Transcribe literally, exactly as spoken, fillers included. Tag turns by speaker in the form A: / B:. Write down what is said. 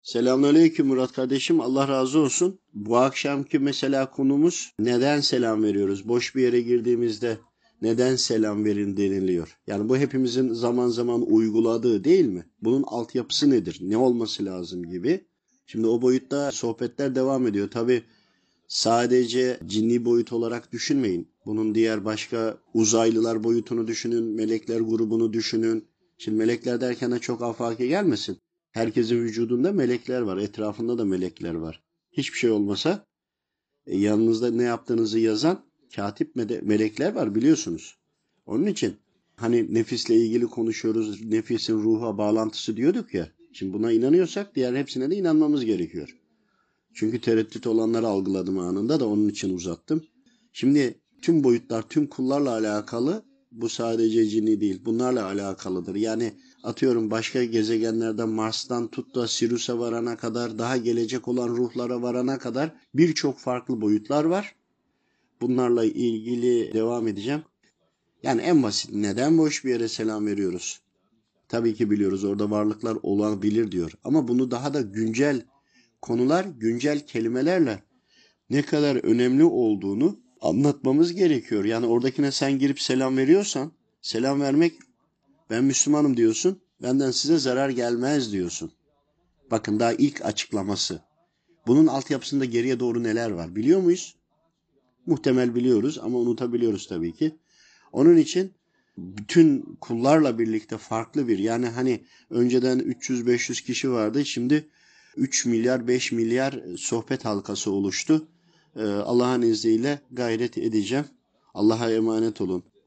A: Selamünaleyküm Murat kardeşim. Allah razı olsun. Bu akşamki mesela konumuz neden selam veriyoruz? Boş bir yere girdiğimizde neden selam verin deniliyor. Yani bu hepimizin zaman zaman uyguladığı değil mi? Bunun altyapısı nedir? Ne olması lazım gibi. Şimdi o boyutta sohbetler devam ediyor. Tabii sadece cinni boyut olarak düşünmeyin. Bunun diğer başka uzaylılar boyutunu düşünün, melekler grubunu düşünün. Şimdi melekler derken de çok afaki gelmesin. Herkesin vücudunda melekler var, etrafında da melekler var. Hiçbir şey olmasa e, yanınızda ne yaptığınızı yazan katip mede- melekler var biliyorsunuz. Onun için hani nefisle ilgili konuşuyoruz, nefisin ruha bağlantısı diyorduk ya. Şimdi buna inanıyorsak diğer hepsine de inanmamız gerekiyor. Çünkü tereddüt olanları algıladım anında da onun için uzattım. Şimdi tüm boyutlar, tüm kullarla alakalı bu sadece cini değil. Bunlarla alakalıdır. Yani atıyorum başka gezegenlerden Mars'tan tut da Sirius'a varana kadar daha gelecek olan ruhlara varana kadar birçok farklı boyutlar var. Bunlarla ilgili devam edeceğim. Yani en basit neden boş bir yere selam veriyoruz? Tabii ki biliyoruz orada varlıklar olabilir diyor. Ama bunu daha da güncel konular, güncel kelimelerle ne kadar önemli olduğunu anlatmamız gerekiyor. Yani oradakine sen girip selam veriyorsan, selam vermek ben Müslümanım diyorsun, benden size zarar gelmez diyorsun. Bakın daha ilk açıklaması. Bunun altyapısında geriye doğru neler var biliyor muyuz? Muhtemel biliyoruz ama unutabiliyoruz tabii ki. Onun için bütün kullarla birlikte farklı bir yani hani önceden üç yüz beş yüz kişi vardı şimdi üç milyar beş milyar sohbet halkası oluştu. Ee, Allah'ın izniyle gayret edeceğim. Allah'a emanet olun.